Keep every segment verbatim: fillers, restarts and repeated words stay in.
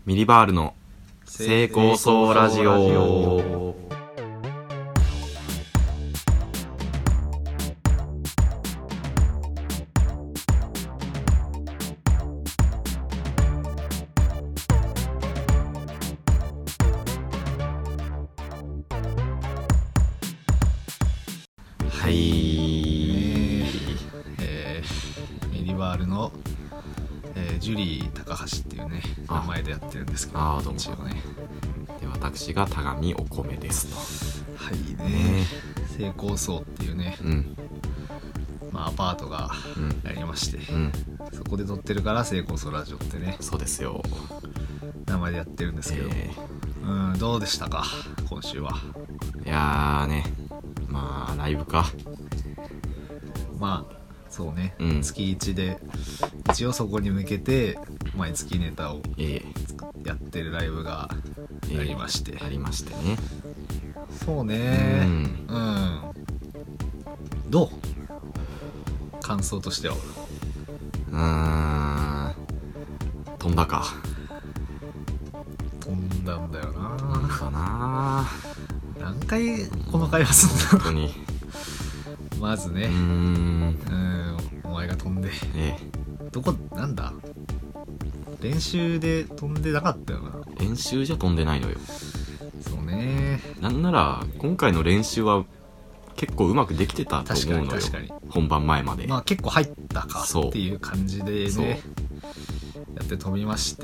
ミリバールの成功そうラジオ。はい、 えー、ミリバールの、えー、ジュリー高橋っていうね名前でやってるんですけど、 ああどうも一応ね。 で私が田上お米ですと。 はいね、 ね成功荘っていうね、 うんまあ、アパートがうんありまして、 うんそこで撮ってるから成功荘ラジオってねそうですよ。 名前でやってるんですけど、 えうんどうでしたか今週は。 ー、いやーねまあライブか。 まあそうね、 うん月いちで一応そこに向けて毎月ネタをえやってるライブがあー、 りまして、 えーありましてね。 そうねうんうんどう感想としては。 うーん飛んだか。 飛んだんだよな。 そうな何回この会話すんの本当にまずねうーんうんお前が飛んでえどこなんだ練習で飛んでなかったよな。 ー、練習じゃ飛んでないのよ。 そうねなんなら今回の練習は結構うまくできてたと思うのよ。 確かに確か本番前まで。 まあ結構入ったかそうっていう感じでそうねやって飛びまして、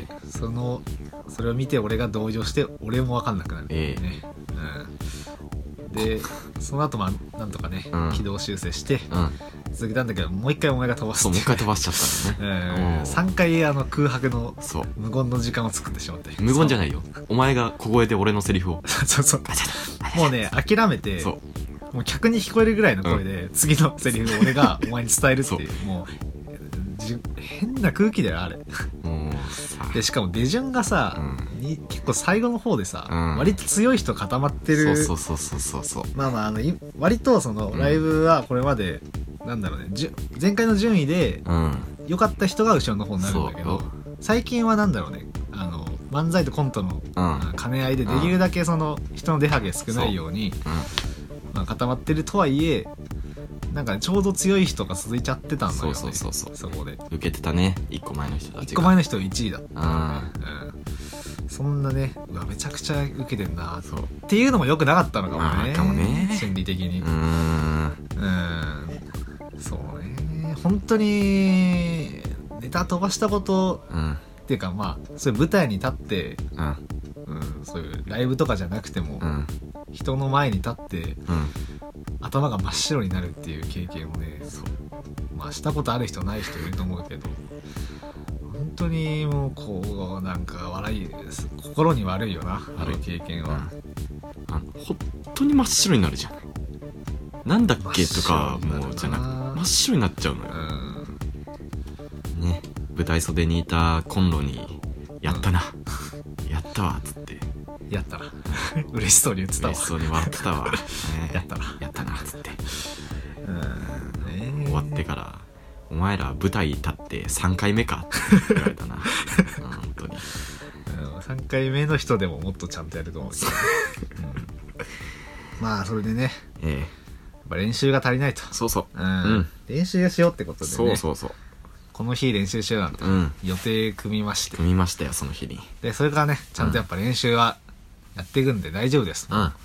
そのそれを見て俺が同情して俺も分かんなくなるっていうね、うん、でその後まあなんとかね、 うん軌道修正してうん続けたんだけど、もう一回お前が飛ばすそうもう一回飛ばししちゃったんだよね。 うん、 うんさんかいあの空白のそう無言の時間を作ってしまって。 無言じゃないないよ。お前が小声で俺のセリフをそうそうガチャもうね諦めてそうもう客に聞こえるぐらいの声で、次のセリフを俺がお前に伝えるっていうもうじ変な空気だよあれもうさでしかも出順がさ、 うんに結構最後の方でさ、 うん割と強い人固まってる。 そうそうそうそうそうまあまああのい割とそのライブはこれまで、なんだろうねじゅ前回の順位でうん良かった人が後ろの方になるんだけど、 そう最近はなんだろうねあの漫才とコントの、 うん兼ね合いでできるだけその人の出はげ少ないように、 うまあ、固まってるとはいえなんかちょうど強い人が続いちゃってたんだよね。 そうそうそうそこでん受けてたね一個前の人たちが。 いっこまえの人いちいだった、 うんうん、そんなねうわめちゃくちゃ受けてんなそうっていうのも良くなかったのかもね。 あーかもね心理的にうーんうんそうね本当にネタ飛ばしたことうんっていうかまあそういう舞台に立って、 うんうん、そういうライブとかじゃなくても、 うん人の前に立ってうん頭が真っ白になるっていう経験をねそうまあしたことある人ない人いると思うけど本当にもうこうなんか笑い心に悪いよなある経験は、 あの本当に真っ白になるじゃん。なんだっけとか真っ白になるなもうじゃなく真っ白になっちゃうのようんね。舞台袖にいたコンロにやったな、やったわっつってやったら嬉しそうに言ってたわ嬉しそうに笑ってたわ、ね、 やったなやったなっつってうんね終わってからお前ら舞台立ってさんかいめかって言われたな、うん、本当にうんさんかいめの人でももっとちゃんとやると思うけど、うんまあそれでねええやっぱ練習が足りないと、 そうそううんうん練習しようってことでねそうそうそうこの日練習しようなんてうん予定組みまして、 組みましたよその日に。 でそれからねちゃんとやっぱ練習はやっていくんで大丈夫です。 うんうんあ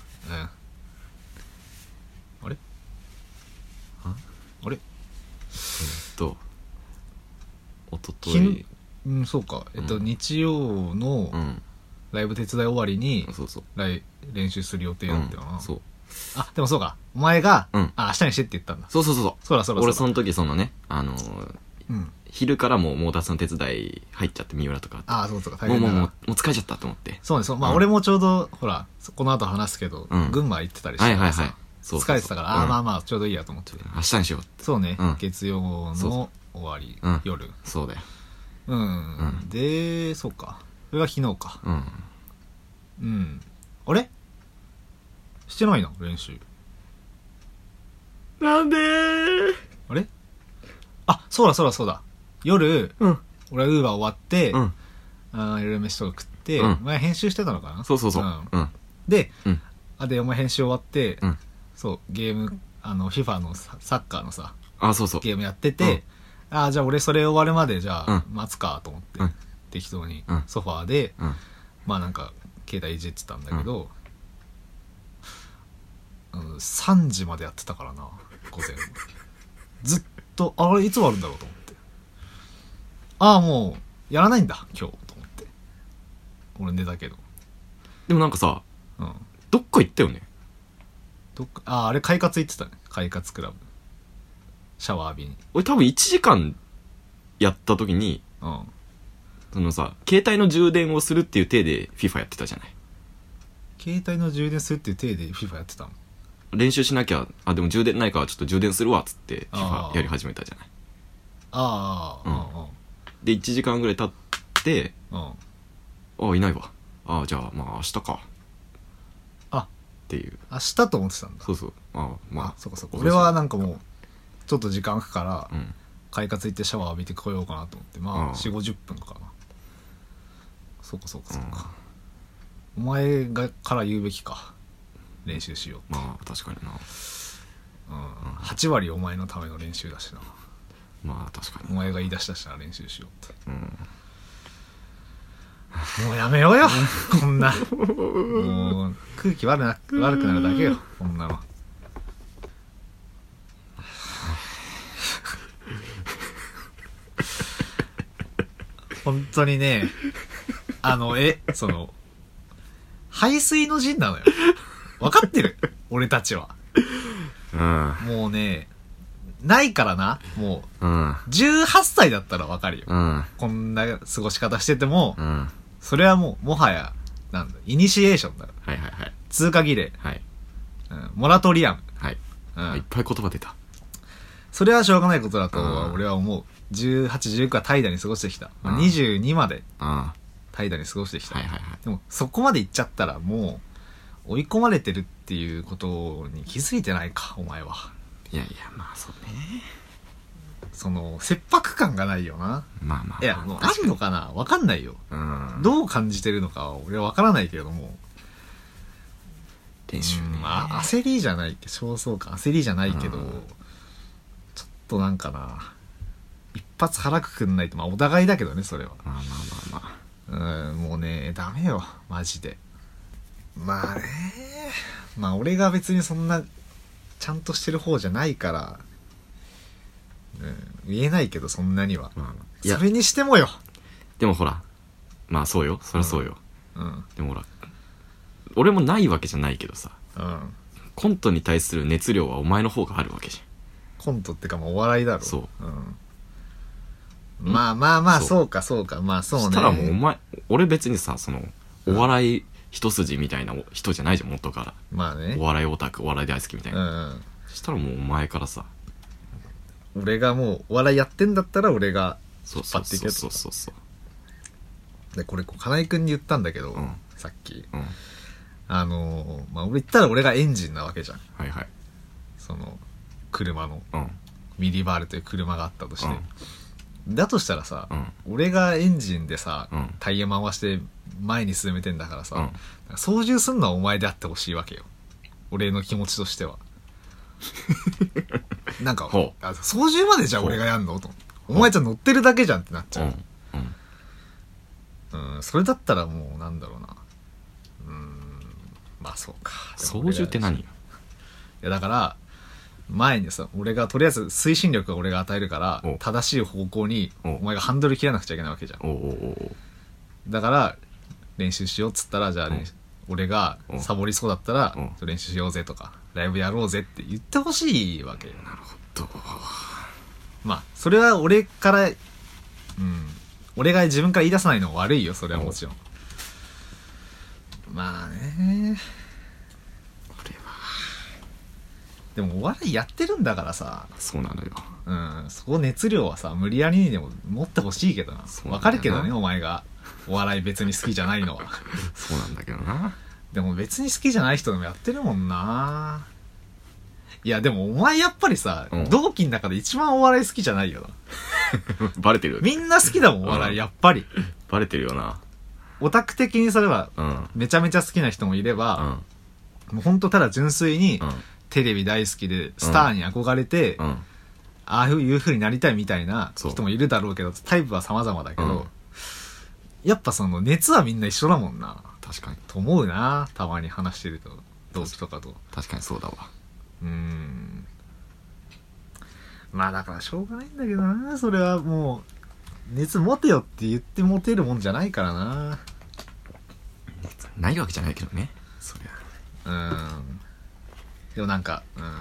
れああれえっとおととひいんうんそうかえっと、 うん日曜のうんライブ手伝い終わりにそうそう来練習する予定だったよな、 うんそうあでもそうかお前が、 うんあ明日にしてって言ったんだ。 そうそうそうそうそうだそうだそうだ俺その時そのねあのーうん昼からもうモータースの手伝い入っちゃって三浦とかああそうそうか大もう変だなもうもうもう疲れちゃったと思って。 そうねそうまあ、 うん俺もちょうどほらこの後話すけど、 うん群馬行ってたりしてからさ、 はいはいはいそうそうそう疲れてたから、ああうんまあまあちょうどいいやと思ってて明日にしようってそうね、 うん月曜そうその終わり、 うん夜そうだようん、 うんでそうかそれが昨日かうんうんあれしてないな練習。 なんでーあれあそうだそうだそうだ夜、 うん俺はウーバー終わって、 うんあー夜飯とか食って、 うん前編集してたのかな。 そうそうそううんうんで、 うんあでお前編集終わって、 うんそうゲームあの FIFA のササッカーのさあそうそうゲームやってて、ああじゃあ俺それ終わるまでじゃあうん待つかと思って、 うん適当にうんソファーで、 うんまあなんか携帯いじってたんだけど、うん、さんじまでやってたからな午前ずっとあれいつ終わるんだろうと思って、ああもうやらないんだ今日と思って俺寝たけど、 でもなんかさうんどっか行ったよね。 どっかあああれ快活行ってたね、快活クラブシャワー浴びに。 俺多分いちじかんやった時にうんそのさ携帯の充電をするっていう体で FIFA やってたじゃない。 携帯の充電するっていう体で FIFA やってたの。 練習しなきゃあでも充電ないからちょっと充電するわっつって FIFA あーやり始めたじゃない。 ああでいちじかんぐらい経ってうんうんうんあいないわあじゃあまあ明日かあっていう。 明日と思ってたんだ。 そうそうあまああそうかそうか。 遅い俺はなんかもうちょっと時間空くから、 うん快活行ってシャワー浴びてこようかなと思ってまあああよんじゅうごじゅっぷんかな。そうかそうかそうか、お前がから言うべきか練習しようって、 まあ確かになうん、はち割お前のための練習だしな。 まあ確かにお前が言い出したしたら練習しようって。 うんもうやめようよこんなもう空気悪な悪くなるだけよこんなの。本当にねあのえその排水の陣なのよ分かってる俺たちはうんもうねないからな。もうんうじゅうはっさいだったら分かるよ、 うんこんな過ごし方してても、 うんそれはもうもはやなんだイニシエーションだよ。 はいはいはい通過儀礼、 はいうん、モラトリアム、 はい、 うんいっぱい言葉出た。 それはしょうがないことだとうん俺は思う。じゅうはち、じゅうきゅうは怠惰に過ごしてきた、まあ、 うんにじゅうにまであ怠惰に過ごしてきあた、 はいはいはいでもそこまで行っちゃったらもう追い込まれてるっていうことに気づいてないかお前は。 いやいやまあそうねその切迫感がないよな。 まあまあいやもうあるのかなわかんないよ、 うんどう感じてるのかは俺はわからないけれども、 練習ねうんまあ焦りじゃないけど焦燥感焦りじゃないけど、 うんちょっとなんかな一発腹くくんないとまあお互いだけどねそれは。 まあまあまあまうんもうねダメよマジで。まあねまあ俺が別にそんなちゃんとしてる方じゃないから、うん、言えないけどそんなには、 あまあまあいやそれにしてもよ。 でもほらまあそうよそりゃそうよ、 うんでもほら俺もないわけじゃないけどさうんコントに対する熱量はお前の方があるわけじコントってかまあお笑いだろ。 そう、 うん、まあまあまあそうそうかそうかまあそうね。 ゃんそしたらもうお前俺別にさそのお笑い一筋みたいな人じゃないじゃん元からまあねお笑いオタクお笑い大好きみたいうんうな、 んそしたらもうお前からさ俺がもうお笑いやってんだったら俺がそう引っそうそう張っていけとそうそうそうでこれこう金井君に言ったんだけど、 うんさっきうんあのー、まあ俺言ったら俺がエンジンなわけじゃん。 はいはいその車のうんミリバールという車があったとして、だとしたらさ、 うん俺がエンジンでさ、 うんタイヤ回して前に進めてんだからさ、 うん操縦すんのはお前であってほしいわけよ俺の気持ちとしてはなんかほあ操縦までじゃあ俺がやんのとお前じゃ乗ってるだけじゃんってなっちゃう、 うんうんうん、それだったらもうなんだろうなうーんまあそうか。 操縦って何よ。 いやだから前にさ俺がとりあえず推進力が俺が与えるからお正しい方向におお前がハンドル切らなくちゃいけないわけじゃん。 おうおうおうだから練習しようっつったらじゃあ練習俺がおサボりそうだったらお練習しようぜとかライブやろうぜって言ってほしいわけよ。 なるほど。 まあそれは俺からうん俺が自分から言い出さないのは悪いよそれはもちろん。まあね俺はでもお笑いやってるんだからさ、 そうなのよ。 うんそこ熱量はさ無理やりにでも持ってほしいけどな。 そうなんだよなわかるけどねお前がお笑い別に好きじゃないのはそうなんだけどな。 でも別に好きじゃない人でもやってるもんな。いやでもお前やっぱりさ、 うん同期の中で一番お笑い好きじゃないよなバレてるみんな好きだもんお笑い、 うんやっぱりバレてるよな。 オタク的にそれはうんめちゃめちゃ好きな人もいれうば、 んもうほんとただ純粋にうんテレビ大好きでスターに憧れて、 うんああいう風になりたいみたいなそう人もいるだろうけど、タイプは様々だけど、 うんやっぱその熱はみんな一緒だもんな確かにと思うな。たまに話してると同期とかと。 確かにそうだわ。 うーんまあだからしょうがないんだけどな。それはもう熱持てよって言って持てるもんじゃないからな。 ないわけじゃないけどね、そりゃ。 うーんでもなんかうーん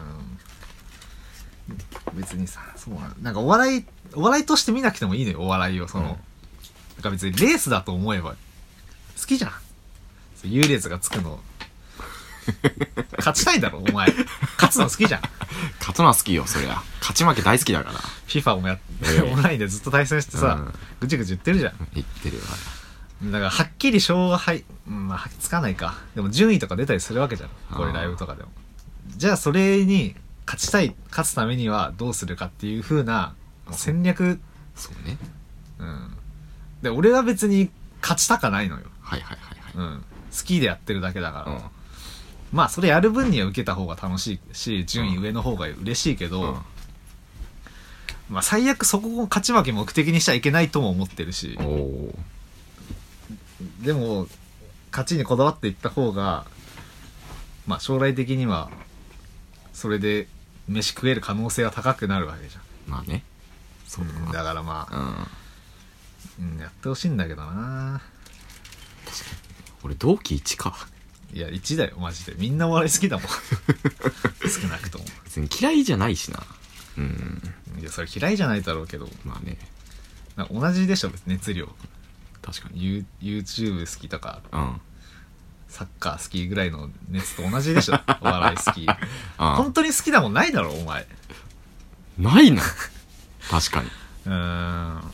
別にさ、そうななんかお笑いお笑いとして見なくてもいいのよ、お笑いを。その、 うんなんか別にレースだと思えば好きじゃん。優劣がつくの勝ちたいだろお前。勝つの好きじゃん。 勝つのは好きよ、そりゃ。勝ち負け大好きだから。 FIFA もやって、 ええオンラインでずっと対戦してさ、 うんぐちぐち言ってるじゃん。 言ってるよ。 だからはっきり勝敗、うん、まあつかないか。でも順位とか出たりするわけじゃん、こういうライブとかでも。じゃあそれに勝ちたい、勝つためにはどうするかっていう風な戦略。 そうね。 うんで俺は別に勝ちたかないのよ。 はいはいはいはい。 うん好きでやってるだけだから、 うんまあそれやる分には受けた方が楽しいし、順位上の方が嬉しいけど、 うんまあ最悪そこを勝ち負け目的にしちゃいけないとも思ってるし、 おお。 でも勝ちにこだわっていった方がまあ将来的にはそれで飯食える可能性は高くなるわけじまあね。 ゃん。 そうだな。 うんだからまあ、 うん。 うん、やってほしいんだけどな。 俺同期いちか。 いやいちだよマジで。みんなお笑い好きだもん少なくとも。 別に嫌いじゃないしな。うん。 いやそれ嫌いじゃないだろうけど、 まあね。 なんか同じでしょ別に熱量。 確かに。 ユー YouTube 好きとかうん。 サッカー好きぐらいの熱と同じでしょお笑い好き。 あ本当に好きなもんないだろお前。 ないな。確かに。 うーん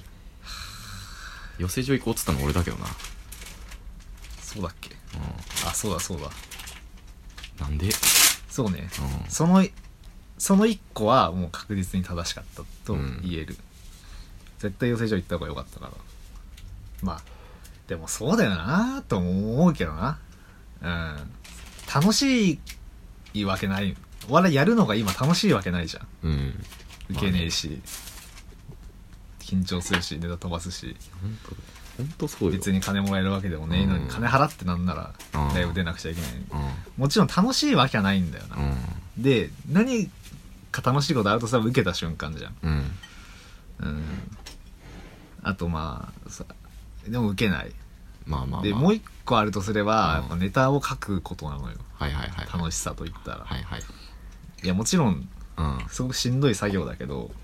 養成所行こうっつったの俺だけどな。 そうだっけ。 うあそうだそうだん。なんで？ そうね。 うん。 そのその一個はもう確実に正しかったと言える、絶対養成所行った方が良かったから。まあでもそうだよなと思うけどな。うん楽しいわけない。お笑いやるのが今楽しいわけないじゃん。 うん。 受けねえし、緊張するしネタ飛ばすし、 本当本当そうよ。 別に金もらえるわけでもねえのに、 うん金払ってなんならうんライブ出なくちゃいけない。 うん。 もちろん楽しいわけはないんだよな。 うん。 で何か楽しいことあるとさ受けた瞬間じゃん。 うん。 うんあとまあさでも受けない。 まあまあまあ。 でもう一個あるとすれば、 うんやっぱネタを書くことなのよ。 はいはいはい。 楽しさと言ったら、 はいはい。 いやもちろんうん。 すごくしんどい作業だけど、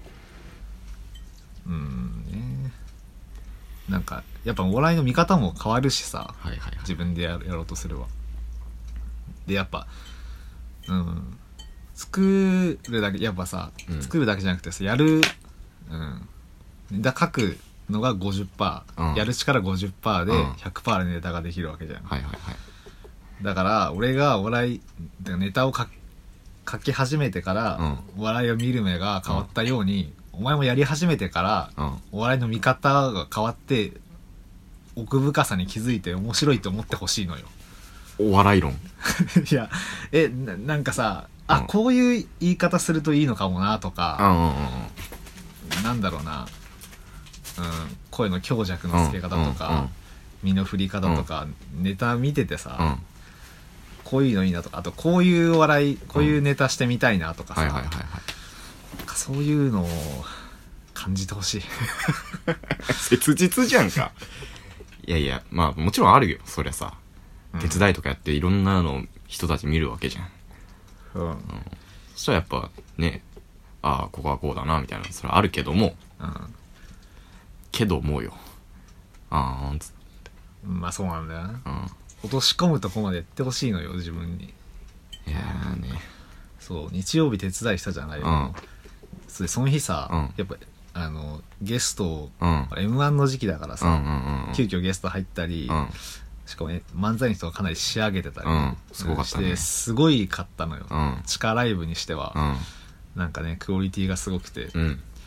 うんねなんかやっぱお笑いの見方も変わるしさ、 はいはいはい。 自分でややろうとすれば。でやっぱうん作るだけやっぱさ、 うん作るだけじゃなくてさやるうんネタ書くのが ごじゅっパーセント、 うんやる力 ごじゅっパーセント でうんひゃくパーセント でネタができるわけじゃん。 はいはいはい。 だから俺がお笑いてかネタを書書き始めてから、お笑いを見る目が変わったように、お前もやり始めてから、 うん。 お笑いの見方が変わって奥深さに気づいて面白いと思ってほしいのよ。 お笑い論。 いやえ な, なんかさあ、 うんこういう言い方するといいのかもなとうか、 んうんうんなんだろうな、うん、声の強弱のつけ方とか、 うんうんうん身の振り方とか、ネタ見ててさ、 うん。 こういうのいいなとか、あとこういうお笑いこういうネタしてみたいなとかさ、 はいはいはいはい。 なんかそういうのを感じてほしい。 切実じゃんか。いやいや、まあもちろんあるよ、そりゃさ。手伝いとかやっていろんなの人たち見るわけじゃん。 うん、うんそしたらやっぱね、ああ、ここはこうだな、みたいな、それはあるけども、けどもよ。ああ、つって。 まあそうなんだよな。 うん。 落とし込むとこまでやってほしいのよ自分に。 いやーね。 そう日曜日手伝いしたじゃない、 うんよそれその日さ、 うんやっぱあのゲストを、 うんエムワン の時期だからさ、 うんうんうんうん。 急遽ゲスト入ったり、 うん。 しかもえ漫才の人がかなり仕上げてたり、 うんすごかったねしてすごいかったのよ、 うん。 地下ライブにしては、 うん。 なんかねクオリティがすごくて、 うん。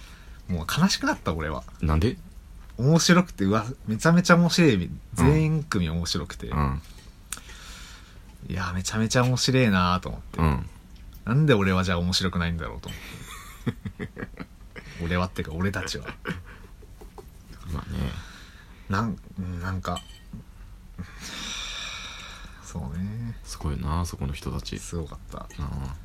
もう悲しくなった俺は。 なんで？ 面白くて、うわめちゃめちゃ面白い、全組面白くて、 うん、 いやめちゃめちゃ面白いなと思って、 うん、 なんで俺はじゃあ面白くないんだろうと思って俺はってか俺たちはまあね、 なんなんかそうね、 すごいなそこの人たち。 すごかった。 あ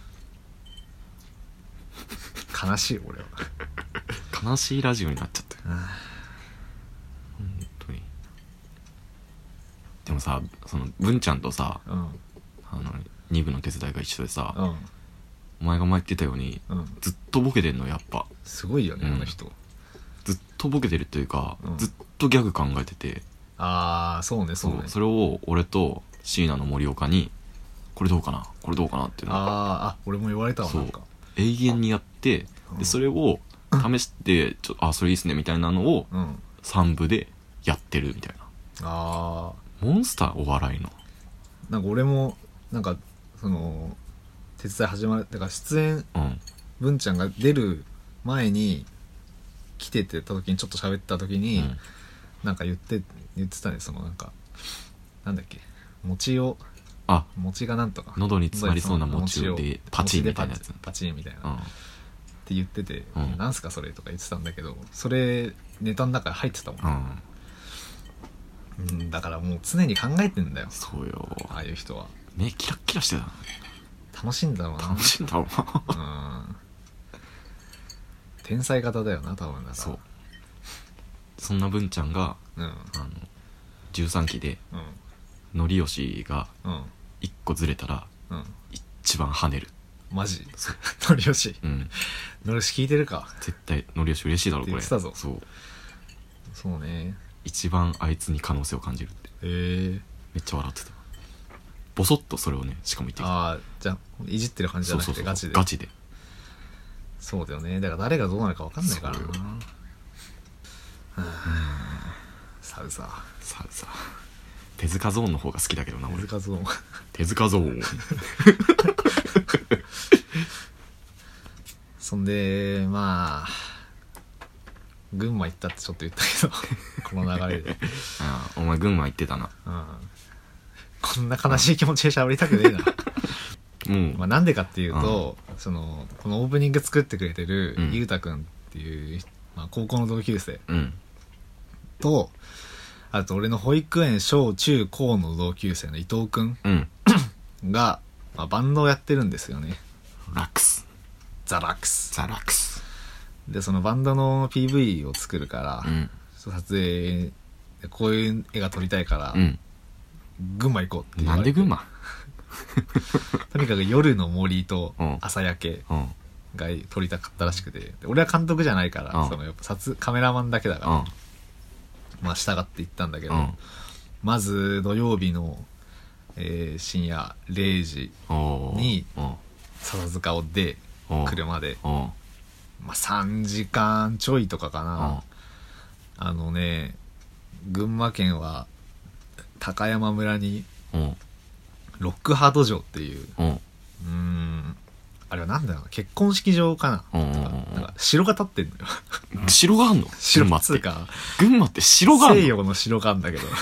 悲しい俺は悲しいラジオになっちゃったよ、 うん、 本当に。でもさ、その文ちゃんとさ、 うん、 あのに部の手伝いが一緒でさ、 うん、 お前が前言ってたように、 うん、 ずっとボケてんのやっぱ。 すごいよね、 うん、 あの人ずっとボケてるというか、 うん、 ずっとギャグ考えてて、 ああそうねそうね、 そう、それを俺と椎名の森岡にこれどうかなこれどうかなっていうのをあーあ俺も言われたわ、なんか永遠にやって、 うん、 でそれを試してちょあそれいいっすねみたいなのをうんさん部でやってるみたいな。 あモンスターお笑いの。 あなんか俺もなんかその手伝い始まるだから出演うん文ちゃんが出る前に来ててた時にちょっと喋った時に、 うん、 なんか言って言ってたね、そのなんかなんだっけ餅をあ餅がなんとか喉に詰まりそうな餅をでパチンみたいなやつ、 パチパチンみたいな、 うん、 って言ってて、 うん、 なんすかそれとか言ってたんだけど、それネタの中に入ってたもん、うん、だからもう常に考えてんだよ、 そうよ、 ああいう人は目キラッキラしてた。 楽しいんだろうな、 楽しいんだろうなうん天才型だよな多分。だからそう、そんな文ちゃんが、 うん、 あのじゅうさんきでうん、 のり吉がうんいっこずれたらうん、 一番跳ねる。 マジのりよしうんのりよし聞いてるか。 絶対のり吉嬉しいだろこれ。 言ってたぞ。 そう、 そうね、 一番あいつに可能性を感じるって。 へえめっちゃ笑ってた。ボソッとそれをねしかも言ってきた。 ああじゃあいじってる感じじゃなくてガチで。 ガチで。 そうだよね、だから誰がどうなるか分かんないからな。 そうよはあサウザーさあさあ手塚ゾーンの方が好きだけどな俺。 手塚ゾーン手塚ゾーンそんでまあ群馬行ったってちょっと言ったけどこの流れでああお前群馬行ってたな。 うんこんな悲しい気持ちで喋りたくねえなうん、 まあなんでかっていうと、そのこのオープニング作ってくれてるうんゆうたくんっていう、まあ、高校の同級生うんと、あと俺の保育園小中高の同級生の伊藤くんうんが、まあ、バンドをやってるんですよね。 ラックスザ・ラックスザラックス。 でそのバンドの ピーブイ を作るから、 うん撮影でこういう絵が撮りたいから、 うん群馬行こうって言われて。 なんで群馬？ とにかく夜の森とうん朝焼けうんが撮りたかったらしくて、で俺は監督じゃないから、 うんそのやっぱ撮カメラマンだけだから、 うんまあ従って行ったんだけど、 うんまず土曜日の、えー深夜れいじおーにうん笹塚を出うん車で、 うんまあ、さんじかんちょいとかかうんな。あのね群馬県は高山村にうんロックハート城っていううんうーんあれはなんだろうな、結婚式場かな、 うんうんうんなんか城が建ってんのよ城があんの？ 城群馬ってっつうか群馬って城があんの？ 西洋の城があんだけど、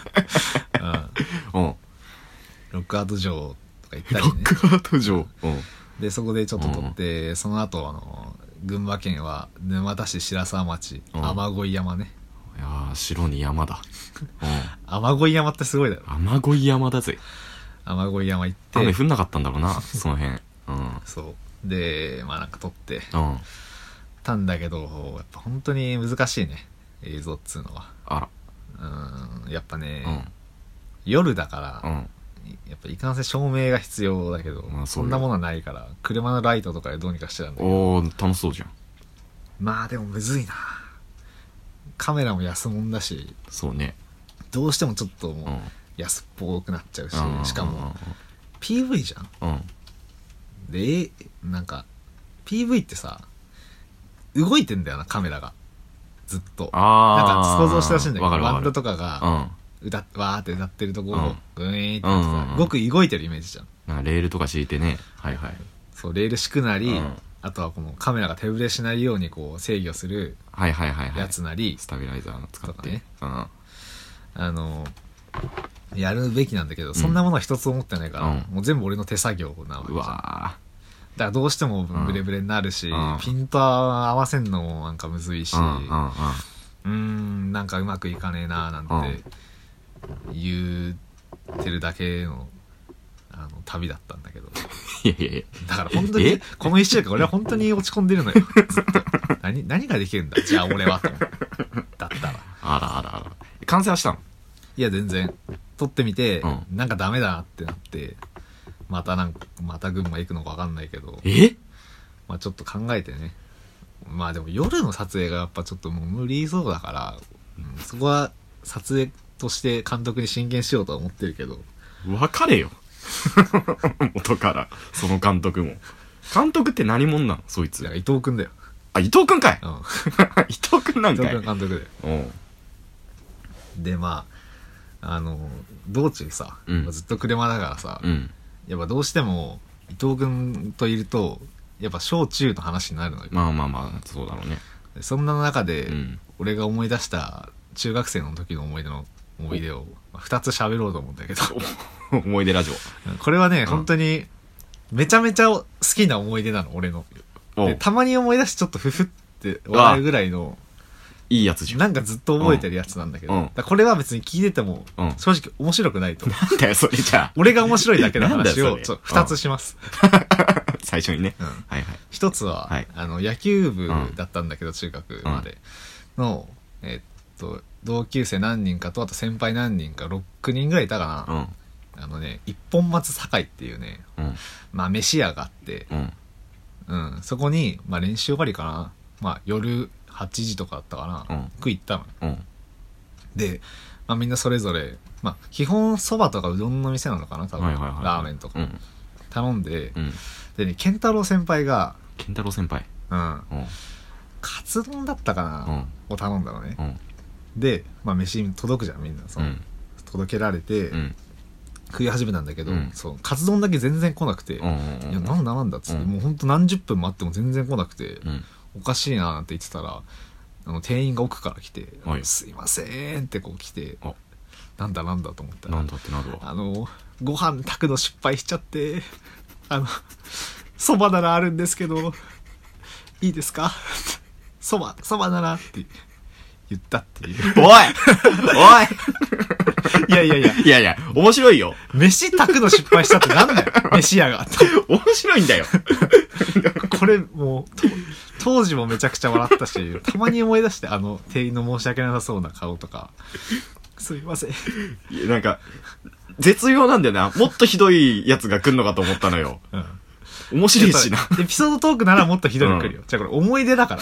うん、 うんロックハート城とか行ったロりねックハート城。うんでそこでちょっと撮って、その後あの群馬県は沼田市白沢町、 うん雨乞い山ね。 いやー城に山だ。 雨乞い山ってすごいだろ。 うん雨乞い山だぜ。 雨乞い山行って雨降んなかったんだろうなその辺。うんそうでまあなんか撮ってうんたんだけど、やっぱ本当に難しいね映像っつうのは。 あうんやっぱね、 ら夜だから、 うんうんやっぱいかんせん照明が必要だけど、 まあそよそうんなものはないから車のライトとかでどうにかしてたんだけど、 おー楽しそうじゃん。 まあでもむずいな。カメラも安もんだしそうね。 どうしてもちょっともううん安っぽくなっちゃうし、 うんしかも ピーブイ じゃん。 うんでえなんか ピーブイ ってさ動いてんだよなカメラがずっと。 あなんか想像してほしいんだけど、 わかるわかるバンドとかがうん歌っわーって歌ってるとこうんをグイーンってやってさ、 うんうんうんごく動いてるイメージじゃん。 なんかレールとか敷いてね。はいはい。 そうレール敷くなり、 うんあとはこのカメラが手ぶれしないようにこう制御するはいはいはいはい。 やつなり、 スタビライザーの使って。 とかねうん。 あのやるべきなんだけど、そんなものは一つも持ってないから、 うんもう全部俺の手作業なわけうじゃん。だわからどうしてもブレブレになるし、 うんピント合わせんのもなんかむずいし、 ー。うんうんうん。 うーんなんかうまくいかねえなーなんて言ってるだけのあの旅だったんだけど、 いやいやいや。 だから本当にえこの一週間俺は本当に落ち込んでるのよずっと。何何ができるんだじゃあ俺はと思ってだったら、 あらあらあら。完成はしたの？ いや全然撮ってみて、 うんなんかダメだなってなって、またなんかまた群馬行くのか分かんないけど、 えまあちょっと考えてね。まあでも夜の撮影がやっぱちょっともう無理そうだから、うん、そこは撮影として監督に進言しようとは思ってるけど。 別れよ。元から、その監督も。監督って何者なのそいつだか。ら伊藤くんだよ。 あ、伊藤くんかい。 うん。 伊藤くんなん伊藤かい。 くん監督だよ。 うん。 でまああの道中さ、 うんずっと車だからさ、 うん。 やっぱどうしても伊藤くんといるとやっぱ小中の話になるのよ。 まあまあまあ、そうだろうね。 でそんな中で、 うん。 俺が思い出した中学生の時の思い出の思い出をふたつ喋ろうと思うんだけど思い出ラジこれはね、 ん本当にめちゃめちゃ好きな思い出なの俺の。 オ。おでたまに思い出してちょっとフフって笑えるぐらいのいいやつじゃん。 なんかずっと覚えてるやつなんだけど、 うんだからこれは別に聞いててもうん正直面白くないと思う。 なんだよ、それじゃ俺が面白いだけの話なんだよそれをちょっとふたつします。 あ。最初にね。 うんはいはい。 一つは、 はいあの野球部だったんだけど、中学までの、えっと同級生何人かとあと先輩何人かろくにんぐらいいたかな、 うん。 あのね一本松堺っていうねうん。 まあ飯屋があって、 うん。 うん、そこに、まあ、練習終わりかな、まあ、夜はちじとかだったかな、 うん食い行ったのうん。 で、まあ、みんなそれぞれ、まあ、基本そばとかうどんの店なのかな多分、 はいはいはい。 ラーメンとか、 うん。 頼んで、 うん。 でね健太郎先輩が、 健太郎先輩。 うん、 うん。 カツ丼だったかな、 うん。 を頼んだのね、 うん。 で、まあ、飯届くじゃんみんなそうの、 ん。 届けられて、 うん。 食い始めたんだけど、 うんそうカツ丼だけ全然来なくて、 うん。うん。 いやなんだなんだっつって、 うんもうほんと何十分待っても全然来なくて、 うん。 おかしいなーって言ってたらあの店員が奥から来て「 はいすいません」ってこう来てあなんだなんだと思ったらなんだってなるわ。 あのご飯炊くの失敗しちゃってあのそばならあるんですけどいいですかそばそばならって言ったっていうおいおいいやいやいやいやいや、面白いよ。 飯炊くの失敗したってなんだよ飯屋が面白いんだよ。 これもうと当時もめちゃくちゃ笑ったしたまに思い出してあの店員の申し訳なさそうな顔とかすいませんいやなんか、絶妙なんだよな。もっとひどいやつが来んのかと思ったのよ。 うん面白いしな。 エピソードトークならもっとひどいの来るよ、じゃあこれ思い出だから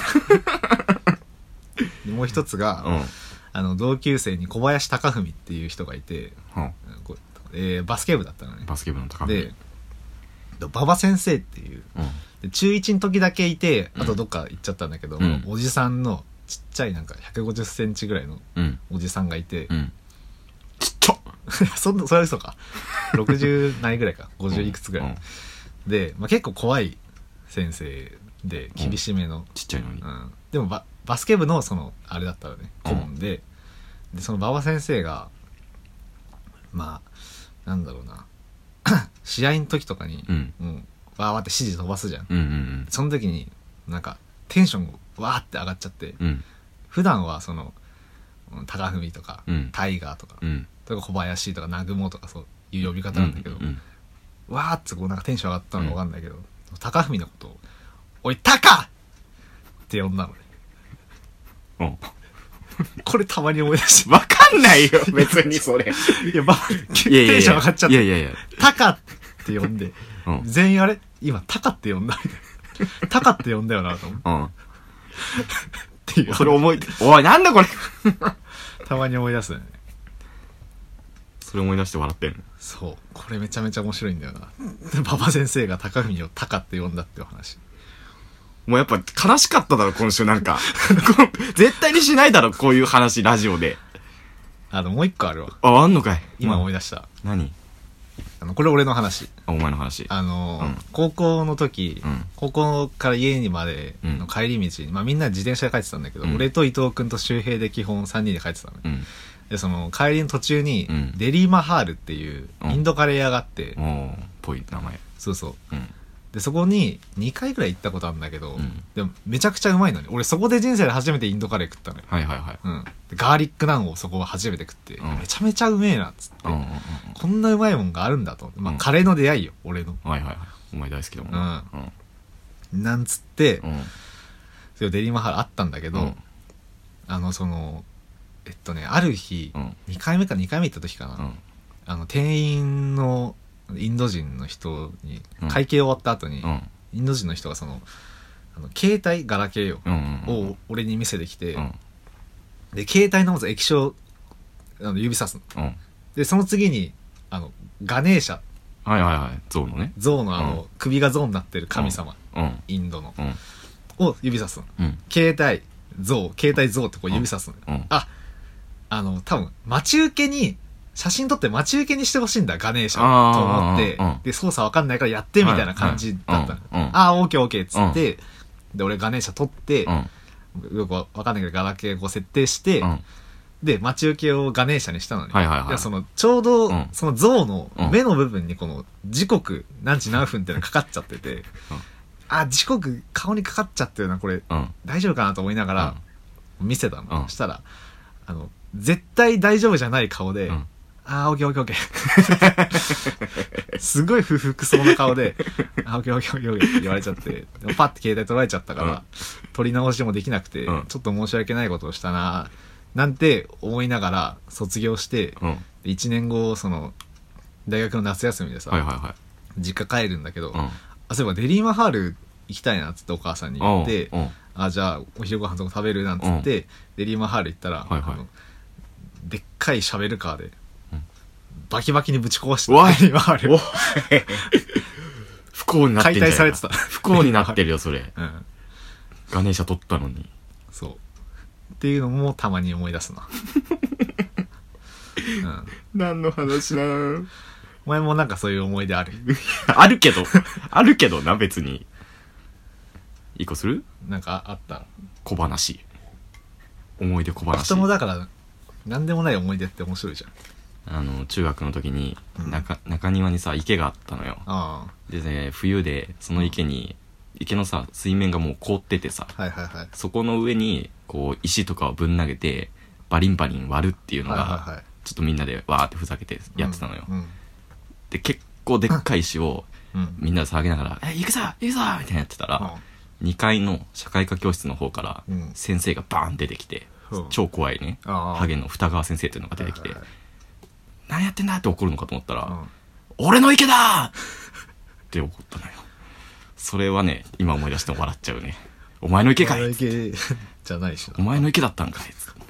でもう一つが、 うん。 あの同級生に小林貴文っていう人がいて、 うん。 こうえーバスケ部だったのねバスケ部の高で馬場先生っていううん。 で中いちの時だけいてあとどっか行っちゃったんだけど、 うんおじさんのちっちゃいなんかひゃくごじゅっセンチぐらいのうん。 おじさんがいて、 うん。ちっちゃそんなそれは嘘かろくじゅうないぐらいかごじゅういくつぐらい、 うん。 で、まあ、結構怖い先生で厳しめの、 ちっちゃいのにう。ん、でもババスケ部のそのあれだったらね顧問で、でその馬場先生がまあなんだろうな試合の時とかに、 うん。 もうわーわーって指示飛ばすじゃん。 うんうんその時になんかテンションわーって上がっちゃってうん。うん。 普段はそのうん高文とか、 うんタイガーとか、 うん。 とか小林とか南雲とかそういう呼び方なんだけど、 うん。 わーってこうなんかテンション上がったのか分かんないけど、高文のことを「おいタカ!」って呼んだのね。 うん。 これたまに思い出してわかんないよ、別にそれ。 いやばテンいやいやいや。 ション上がっちゃっていやいやいや。 タカって呼んで、 うん。 全員あれ今タカって呼んだみたいなタカって呼んだよなと思ううん。 っていうそれ思い、おい、なんだこれたまに思い出すよね。 それ思い出して笑ってんの。 そうこれめちゃめちゃ面白いんだよな。で馬場先生が高文をタカって呼んだっていう話。 もうやっぱ悲しかっただろ、今週なんか。こう絶対にしないだろ、こういう話、ラジオで。 あのもう一個あるわあ、あんのかい。 今思い。 い出した、 何あのこれ俺の話。 あ、お前の話。 あの、 うん高校の時、 うん高校から家にまでの帰り道に、まあみんな自転車で帰ってたんだけど、 うん俺と伊藤君と周平で基本さんにんで帰ってたのね。 うん。 で、その帰りの途中に、 うんデリーマハールっていううんインドカレー屋があって、 おー、ぽい名前。 そうそう。 うん。 で、そこににかいぐらい行ったことあるんだけど、 うんでもめちゃくちゃうまいのね。俺そこで人生で初めてインドカレー食ったのよ。 はいはいはい。 うん。でガーリックナンをそこは初めて食って、 うんめちゃめちゃうめえなっつって、 うんうんうん。 こんなうまいもんがあるんだと思って。まあ、 うんカレーの出会いよ、俺の。 はいはいはい。お前大好きだもんな。うん。 なんつって、 うん。 それデリーマハールあったんだけど、 うんあの、その、えっとね、ある日、 うん。 にかいめかにかいめ行った時かな、 うん。 あの、店員のインド人の人に、 うん会計終わった後に、 うん。 インド人の人がその、あの携帯、ガラケーよ、 うんうん。 を俺に見せてきて、 うん。 で、携帯のまず液晶、あの指さすの。 うん。 で、その次に、あの、ガネーシャ、 はいはいはい。象のね。 象のあの、 うん首が象になってる神様、 うん。 インドの、 うん。 を指さすの。 うん。 携帯、象、携帯象ってこう指さすの。 うん。 あ、あの、多分、待ち受けに、写真撮って待ち受けにしてほしいんだ、ガネーシャあーと思ってうん、 で、操作わかんないからやってみたいな感じだったの。 うんうんあー、オーケーオーケーっつって、で、俺ガネーシャ撮ってう、ん。 よくわかんないけどガラケーこう設定して、 うん。 で、待ち受けをガネーシャにしたのに。 はいはいはいや、その、ちょうどうん、 その象のうん目の部分にこの、時刻、何時何分っていうのがかかっちゃってて、あ、時刻顔にかかっちゃってるな、これ、 うん。 大丈夫かなと思いながら、見せたの。 うんそしたら、あの、絶対大丈夫じゃない顔で、 うんあー、オッケーオッケーオッケー。すごい不服そうな顔で、あー、オッケーオッケーオッケーオッケーって言われちゃって、でもパッて携帯取られちゃったから、 うん取り直しもできなくて、 うんちょっと申し訳ないことをしたな、なんて思いながら卒業して、 うん。 でいちねんご、その、大学の夏休みでさ、 はいはいはい。 実家帰るんだけど、 うん。 あ、そういえばデリーマハール行きたいなっつってお母さんに言って、 うん。 あ、じゃあお昼ご飯とか食べるなんつって、デリーマハール行ったら、 はいはいあのでっかいシャベルカーで、 うんバキバキにぶち壊しておいデリーマハールお不幸になってんじゃん。 解体されてた不幸になってるよ、それ。 うん、 ガネーシャ取ったのに。 そうっていうのもたまに思い出すな、うん、 何の話なのお前もなんかそういう思い出ある？ あるけど、あるけどな、別に。一個するなんかあった小話。思い出小話。 人もだから何でもない思い出って面白いじゃん。 あの、中学の時に、 うん中、中庭にさ、池があったのよ。 あでね、冬で、その池に、池のさ、水面がもう凍っててさ、 あ、はいはいはいそこの上に、こう、石とかをぶん投げて、バリンバリン割るっていうのが、 はいはいはいちょっとみんなでわーってふざけてやってたのよ。 うんで、結構でっかい石を、 うんみんなで騒ぎながら、え、行くぞ行くぞみたいなやってたら、にかいの社会科教室の方からうん先生がバーン出てきて、 うん超怖いね、 ああハゲの二川先生っていうのが出てきて、 はいはい何やってんだって怒るのかと思ったら、 はい俺の池だって怒ったのよ。それはね、今思い出しても笑っちゃうね。お前の池かいお前の池じゃないしな。 お前の池だったんかい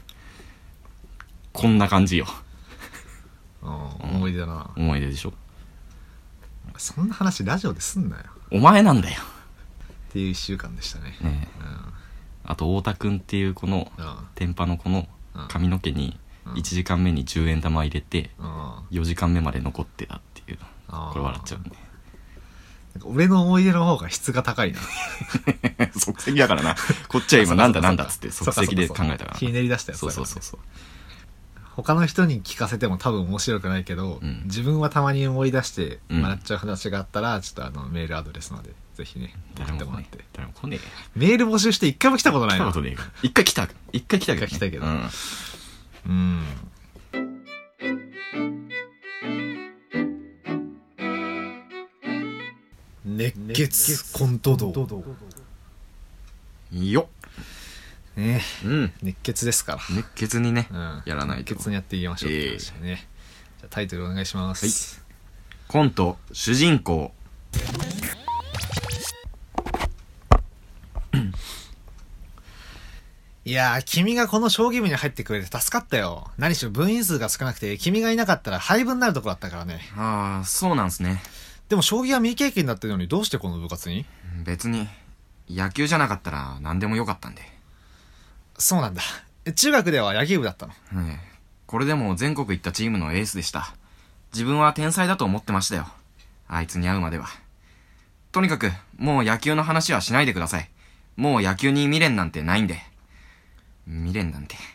こんな感じよ。 うん、思い出だな。 思い出でしょ。 そんな話ラジオですんなよ。 お前なんだよ。 っていう一週間でしたね。 ねえ。 うん。 あと、太田くんっていう子の、 うん。 天パの子の髪の毛にうんいちじかんめにじゅうえん玉入れてうん。 よじかんめまで残ってたっていう。 あーこれ笑っちゃうね。 なんか俺の思い出の方が質が高いな。 即席だからな。こっちは今なんだなんだっつってそうか即席で考そうかえたから。 ひねり出したやつそうだからねそうそうそう。 他の人に聞かせても多分面白くないけど、 うん自分はたまに思い出してうん笑っちゃう話があったら、ちょっとあのメールアドレスまでぜひね送誰も来ねえってもらって。 誰も来ねえよ。 メール募集して一回も来たことない来たの。 ことねえから。一回来た。一回来たけどね。 一回来たけどうん。 うん。熱血コント道よねっ。うん。 熱血ですから、 熱血にね、 うん、 やらないと熱血にやっていきましょうって話でね、じゃあタイトルお願いします。 コント、主人公。 いやー、君がこの将棋部に入ってくれて助かったよ。何しろ部員数が少なくて、君がいなかったら廃部になるところだったからね。 ああ、そうなんすね。 でも将棋は未経験だったのにどうしてこの部活に？ 別に、野球じゃなかったら何でもよかったんで。 そうなんだ。中学では野球部だったの？ ええ、これでも全国行ったチームのエースでした。 自分は天才だと思ってましたよ。あいつに会うまでは。とにかく、もう野球の話はしないでください。もう野球に未練なんてないんで。未練なんて。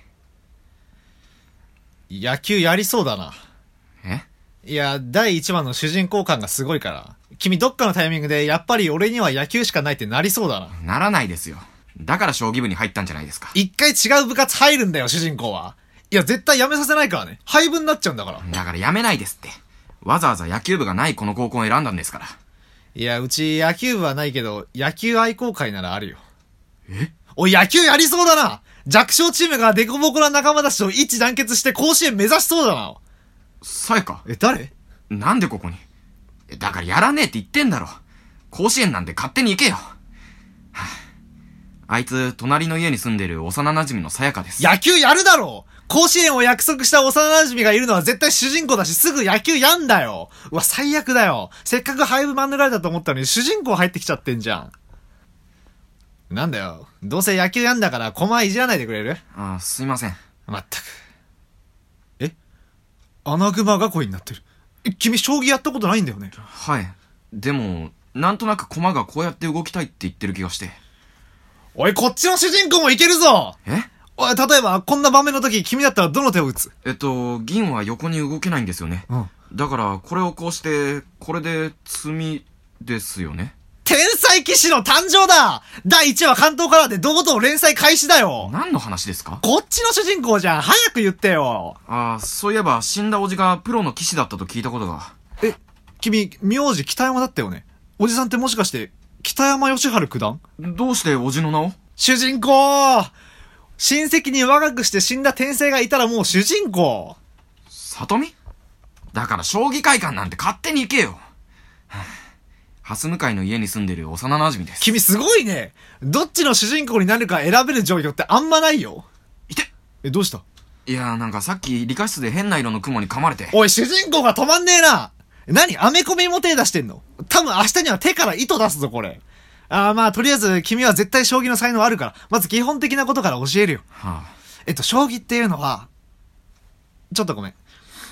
野球やりそうだな。 え？ いや、だいいちばんの主人公感がすごいから。君どっかのタイミングで、やっぱり俺には野球しかないってなりそうだな。 ならないですよ。だから将棋部に入ったんじゃないですか。 一回違う部活入るんだよ、主人公は。いや、絶対やめさせないからね。廃部になっちゃうんだから。 だからやめないですって。わざわざ野球部がないこの高校を選んだんですから。 いや、うち野球部はないけど、野球愛好会ならあるよ。 え？ おい、野球やりそうだな。弱小チームがデコボコな仲間たちと一致団結して甲子園目指しそうだな。 さやか。 え、誰？ なんでここに？だからやらねえって言ってんだろ。甲子園なんて勝手に行けよ。はあ、あいつ、隣の家に住んでる幼馴染のさやかです。 野球やるだろう。甲子園を約束した幼馴染がいるのは絶対主人公だし、すぐ野球やんだよ。うわ、最悪だよ。せっかく廃部免れたと思ったのに主人公入ってきちゃってんじゃん。なんだよ。どうせ野球やんだから駒いじらないでくれる？ ああ、すいません。 まったく。え？アナグマ囲いになってる。え、君将棋やったことないんだよね。 はい。でも、なんとなく駒がこうやって動きたいって言ってる気がして。 おい、こっちの主人公もいけるぞ。 え？ おい、例えば、こんな場面の時、君だったらどの手を打つ？ えっと、銀は横に動けないんですよね。 うん。 だから、これをこうして、これで、詰み、ですよね。 天才騎士の誕生だ。だいいちわ関東カラーで堂々連載開始だよ。 何の話ですか？ こっちの主人公じゃん。早く言ってよ。 ああ、そういえば、死んだおじがプロの騎士だったと聞いたことが。 え、君、名字北山だったよね。おじさんってもしかして、北山義治九段？ どうしておじの名を？ 主人公！親戚に若くして死んだ天才がいたらもう主人公。 里見？だから将棋会館なんて勝手に行けよ。蓮向かいの家に住んでる幼馴染です。 君すごいね。どっちの主人公になるか選べる状況ってあんまないよ。 いて！ え、どうした？ いやーなんかさっき理科室で変な色の雲に噛まれて。 おい、主人公が止まんねえな。何？アメコミも手出してんの？多分明日には手から糸出すぞ、これ。あーまあ、とりあえず君は絶対将棋の才能あるから、まず基本的なことから教えるよ。 はあ、 えっと、将棋っていうのは、ちょっとごめん。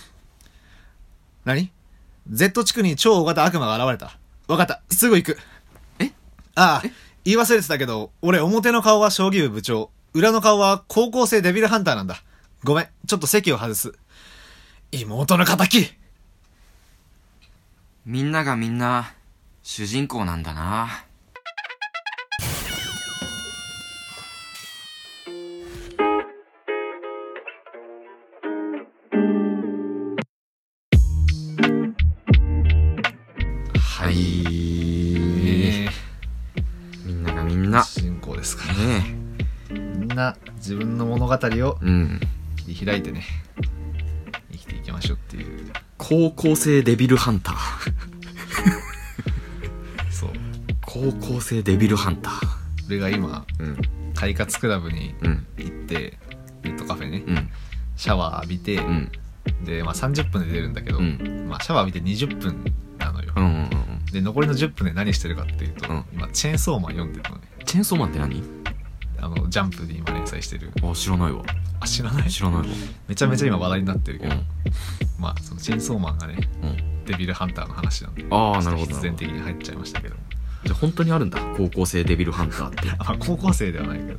何？ Z 地区に超大型悪魔が現れた。わかった。すぐ行く。 え？ ああ、言い忘れてたけど、俺表の顔は将棋部部長、裏の顔は高校生デビルハンターなんだ。ごめん、ちょっと席を外す。妹の敵！ みんながみんな、主人公なんだな。はい、 えー、 みんながみんな主人公ですからね。 みんな自分の物語をうん開いてね、生きていきましょうっていう。 高校生デビルハンターそう、 高校生デビルハンター。 俺が今、 うん、 快活クラブにうん行って、ネットカフェね、 うん、 シャワー浴びて、 うん、 で、まあ、さんじゅっぷんで出るんだけど、 うん、 まあ、シャワー浴びてにじゅっぷんなのよ、 うんうんうん、 で残りのじゅっぷんで何してるかっていうと、 うん、 今チェーンソーマン読んでるのね。 チェーンソーマンって何？ あのジャンプで今連載してる。 あ、知らないわ。 あ、知らない？ 知らないわ。 めちゃめちゃ今話題になってるけど、 うん、 まあそのチェーンソーマンがね、うん、デビルハンターの話なんで、 ああ、なるほど。 必然的に入っちゃいましたけど。 じゃあ本当にあるんだ、高校生デビルハンターってあ、高校生ではないけど、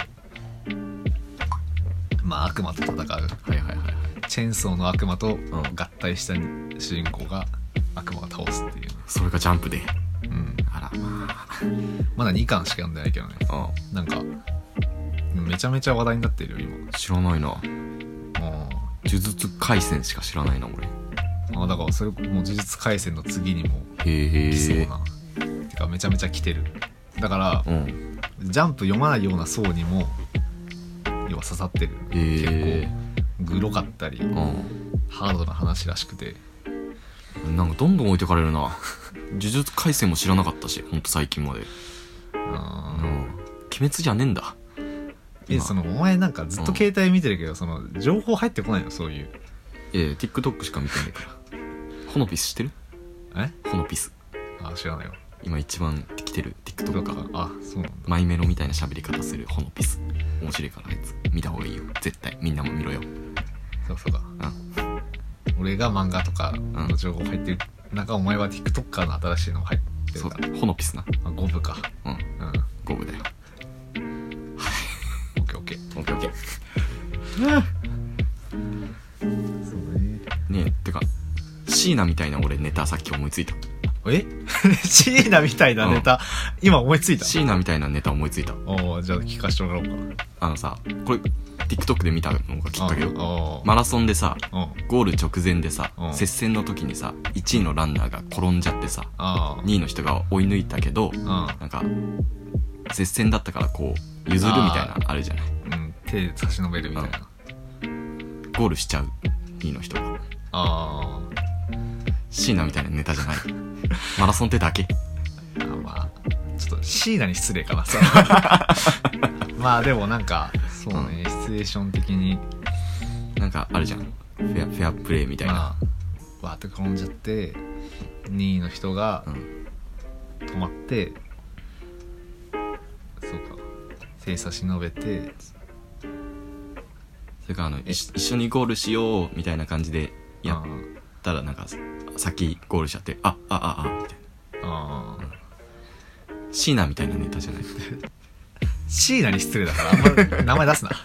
まあ悪魔と戦う、はいはいはいはい、チェーンソーの悪魔と合体した主人公が悪魔を倒すっていう、ね、 それがジャンプで、 うん、 あらまあ、 まだにかんしか読んでないけどね。ああ、なんかめちゃめちゃ話題になってるよ今。 知らないな。 ああ、呪術廻戦しか知らないな俺。 あ、だからそれもう呪術廻戦の次にもへえ、 来そうな、てかめちゃめちゃ来てる。だから、うん、ジャンプ読まないような層にも要は刺さってる。結構グロかったり、うん、ハードな話らしくて、 なんかどんどん置いてかれるな。呪術廻戦も知らなかったし、ほんと最近まで。あ、うん、鬼滅じゃねえんだ。 え、そのお前なんかずっと携帯見てるけど、うん、その情報入ってこないの？そういう。 ええ、TikTok しか見てないから。ホノピス知ってる？ え？ ホノピス。 あ、知らないよ。 今一番来てる TikTok か。 あ、そうなんだ。 マイメロみたいな喋り方するホノピス。面白いからあいつ見た方がいいよ。絶対みんなも見ろよ。 そうそうか。 うん。 俺が漫画とかの情報入ってる中、お前は TikToker の新しいのが入ってるそうからほのピスな。 あごぶかうんうん五分だよ。 オッケーオッケーオッケーオッケー。 そうねねえてか椎名みたいな俺ネタさっき思いついた。 え椎名みたいなネタ、うん、今思いついた。 椎名みたいなネタ思いついた。 おおじゃあ聞かせてもらおうか。 あのさこれ TikTok で見たのがきっかけよ。マラソンでさゴール直前でさ接戦の時にさいちいのランナーが転んじゃってさにいの人が追い抜いたけどなんか接戦だったからこう譲るみたいなあるじゃない。 うん、手で差し伸べるみたいな、 うん、ゴールしちゃうにいの人が。 ああ椎名みたいなネタじゃないマラソンってだけ。 あまあちょっと椎名に失礼かなさまあでもなんかそうね、うん、シチュエーション的になんかあるじゃんフェア、フェアプレーみたいな、まあ、わーって転んじゃってにいの人が止まって、うん、そうか手差し伸べてそれからあの一緒にゴールしようみたいな感じでやったらなんか先ゴールしちゃってああああみたいな。ああ、うん、椎名みたいなネタじゃない椎名に失礼だからあんま名前出すな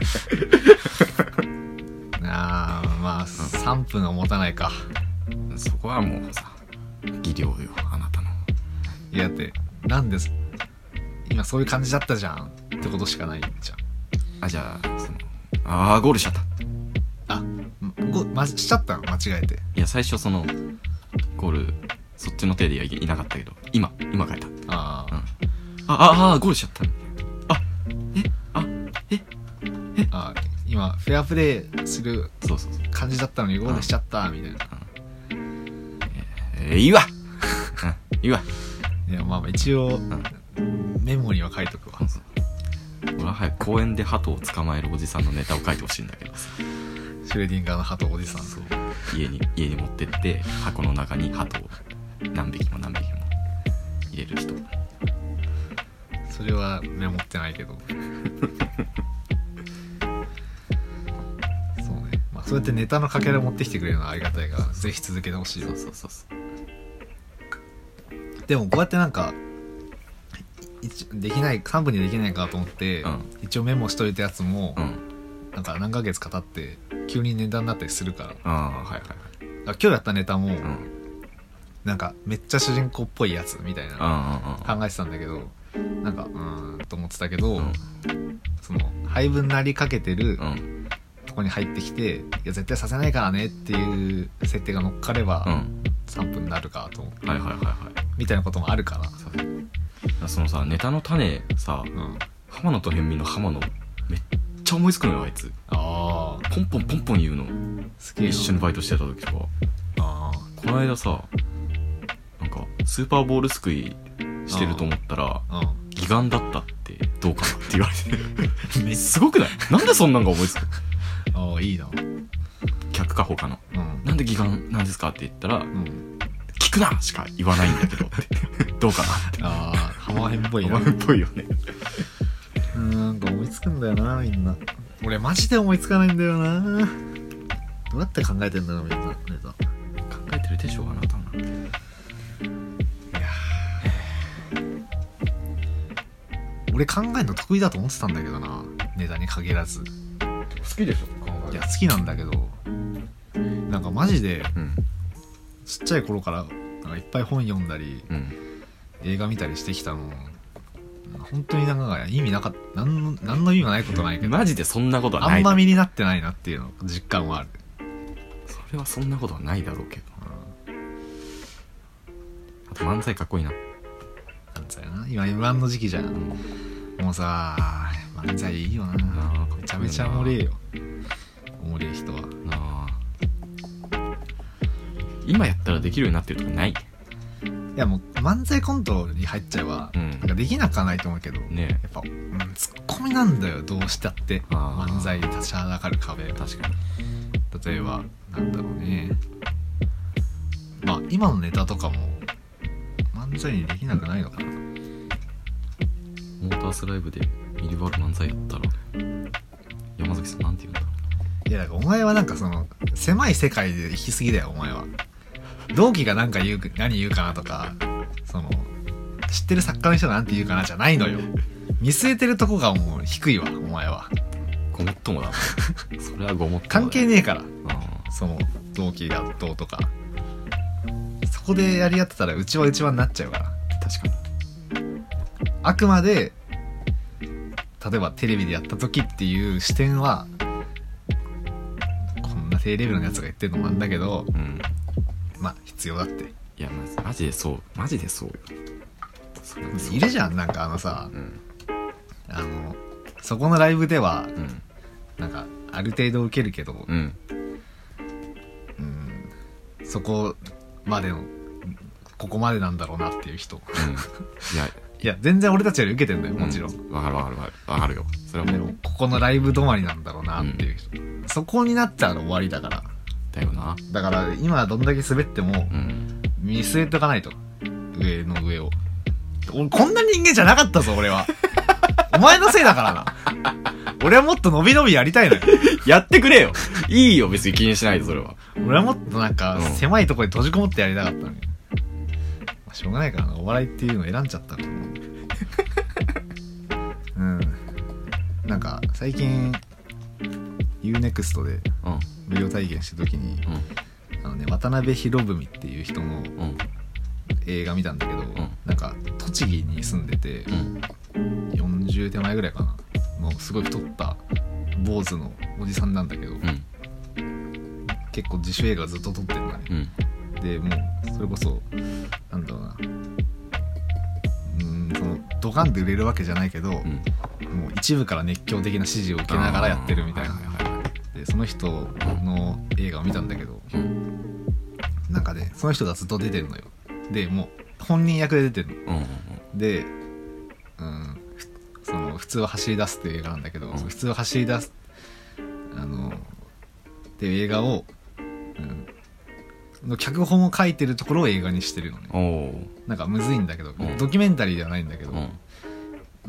あーまあ、うん、さんぷんは持たないか。 そこはもうさ技量よあなたの。 いやだってなんです今そういう感じだったじゃんってことしかないじゃん。 あじゃあそのああゴールしちゃった。 あゴましちゃったの間違えて。 いや最初そのゴールそっちの手ではいなかったけど今今書いた。あ、うん、あああゴールしちゃった。あえあええあ今フェアプレーする感じだったのにゴールしちゃったみたいな。 うん、えー、いいわいいわ。 いやまあ一応、うん、メモには書いとくわ。 俺は早く公園で鳩を捕まえるおじさんのネタを書いてほしいんだけどさ。 シュレディンガーの鳩おじさん。 そう家に家に持ってって箱の中に鳩を何匹も何匹も入れる人。 それはメモってないけどそうね、まあ、そうやってネタのかけら持ってきてくれるのはありがたいからぜひ続けてほしいよ。 そうそうそうそう。 でもこうやってなんかできないさんぷんにできないかと思って、うん、一応メモしといたやつも、うん、なんか何ヶ月か経って急にネタになったりするから。あ、はいはいはい。今日やったネタも、うん、なんかめっちゃ主人公っぽいやつみたいな考えてたんだけど、なんかうーんと思ってたけど、うん、その配分なりかけてる、うん、とこに入ってきていや絶対させないからねっていう設定が乗っかれば、うん、さんぷんになるかと思って、はいはいはいはい、みたいなこともあるから。 そのさネタの種さ、うん、浜野と辺見の浜野めっちゃ思いつくのよあいつ。あポンポンポンポン言うの好き。一緒にバイトしてた時とか。あこの間さなんかスーパーボールすくいしてると思ったら義眼だったってどうかなって言われてすごくない？なんでそんなんが思いつく？ ああいいな。 客か他の、うん、なんで義眼なんですかって言ったら、うん、聞くなしか言わないんだけどってどうかなって。ああ浜辺っぽいな。 浜辺っぽいよねうん、なんか思いつくんだよなみんな。俺マジで思いつかないんだよな。どうやって考えてんだろうみんなネタ。 考えてるでしょあなたなんて。いや俺考えるの得意だと思ってたんだけどなネタに限らず。好きでしょ考える。 いや好きなんだけどなんかマジで、うん、ちっちゃい頃からなんかいっぱい本読んだり、うん、映画見たりしてきたの本当になんか意味なかった何の何の意味もないことないけどマジでそんなことはない。 あんま身になってないなっていうの実感はある。 それはそんなことはないだろうけど、うん、あと漫才かっこいいな。 漫才な今 エムワン の時期じゃん、うん、もうさ漫才いいよな。めちゃめちゃおもれえよおもれえ人はな。 今やったらできるようになってるとかない？ いやもう漫才コントに入っちゃえば、うん、なんかできなくはないと思うけど、ね、やっぱ、うん、ツッコミなんだよどうしたって漫才に立ちはだかる壁。 確かに。 例えばなんだろうねまあ今のネタとかも漫才にできなくないのかな。 モータースライブでミリバル漫才やったら山崎さんなんて言うんだろいやだからお前はなんかその狭い世界で行き過ぎだよお前は。同期がなんか言う何言うかなとか、その知ってる作家の人がなんて言うかなじゃないのよ。見据えてるとこがもう低いわお前は。 ごもっともだなそれはごもっともだ。 関係ねえから、 うん、 その同期がどうとか。そこでやり合ってたらうちはうちはになっちゃうから。 確かに。 あくまで例えばテレビでやった時っていう視点はこんな低レベルのやつが言ってるのもあんだけど、 うん、 まあ必要だって。 いやマジでそうマジでそうよ。それそういるじゃんなんかあのさ、 うん、 あのそこのライブでは、 うん、 なんかある程度受けるけど、 うん、 うん、そこまでのここまでなんだろうなっていう人、うん、 いやいや全然俺たちより受けてんだよもちろん。 わ、うん、かるわかるわかるわかるよ。それはもうでもここのライブ止まりなんだろうなっていう人、うん、そこになったら終わりだからだよな。 だから今どんだけ滑っても、うん、見据えとかないと上の上を。俺こんな人間じゃなかったぞ俺はお前のせいだからな。俺はもっと伸び伸びやりたいのよやってくれよ。いいよ別に気にしないでそれは。 俺はもっとなんか狭いところに閉じこもってやりたかったのに、まあ、しょうがないからなお笑いっていうのを選んじゃったと思ううんなんか最近 ユーネクスト で無料体験した時に、うん、あのね渡辺博文っていう人の映画見たんだけど、うん、なんか栃木に住んでて、うん、よんじゅう手前ぐらいかなのすごい太った坊主のおじさんなんだけど、うん、結構自主映画ずっと撮ってるんだね、うん、でもうそれこそなんだろうなうんそのドカンで売れるわけじゃないけど、うん、もう一部から熱狂的な支持を受けながらやってるみたいな。でその人の映画を見たんだけど、うん、なんかねその人がずっと出てるのよ。でもう本人役で出てるの、うん、で、うん、その普通は走り出すっていう映画なんだけど、うん、普通は走り出すあのっていう映画を、うん、の脚本を書いてるところを映画にしてるのね。なんかむずいんだけど、ドキュメンタリーではないんだけど、うんうん、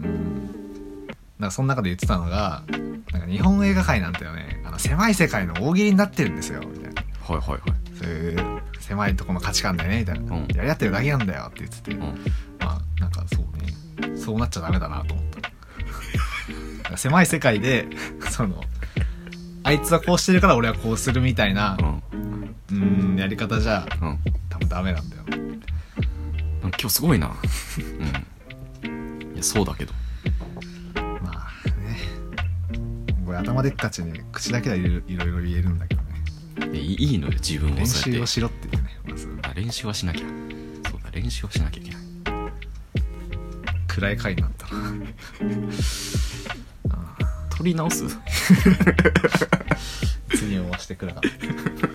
なんかその中で言ってたのがなんか日本映画界なんてよねあの狭い世界の大喜利になってるんですよみたいな。 はいはいはい。 そういう狭いところの価値観だよねみたいな、うん、やり合ってるだけなんだよって言ってて、うん、まあなんかそうねそうなっちゃダメだなと思った狭い世界でそのあいつはこうしてるから俺はこうするみたいな、うん、うんやり方じゃ、うん、多分ダメなんだよ。 今日すごいな、うん、いやそうだけどまあねこれ頭でっかちに口だけはいろいろ言えるんだけどね。 いいのよ自分を練習をしろっていうねまずあ練習はしなきゃそうだ練習をしなきゃいけない。 暗い回になったなあ取り直す次を押してくらかった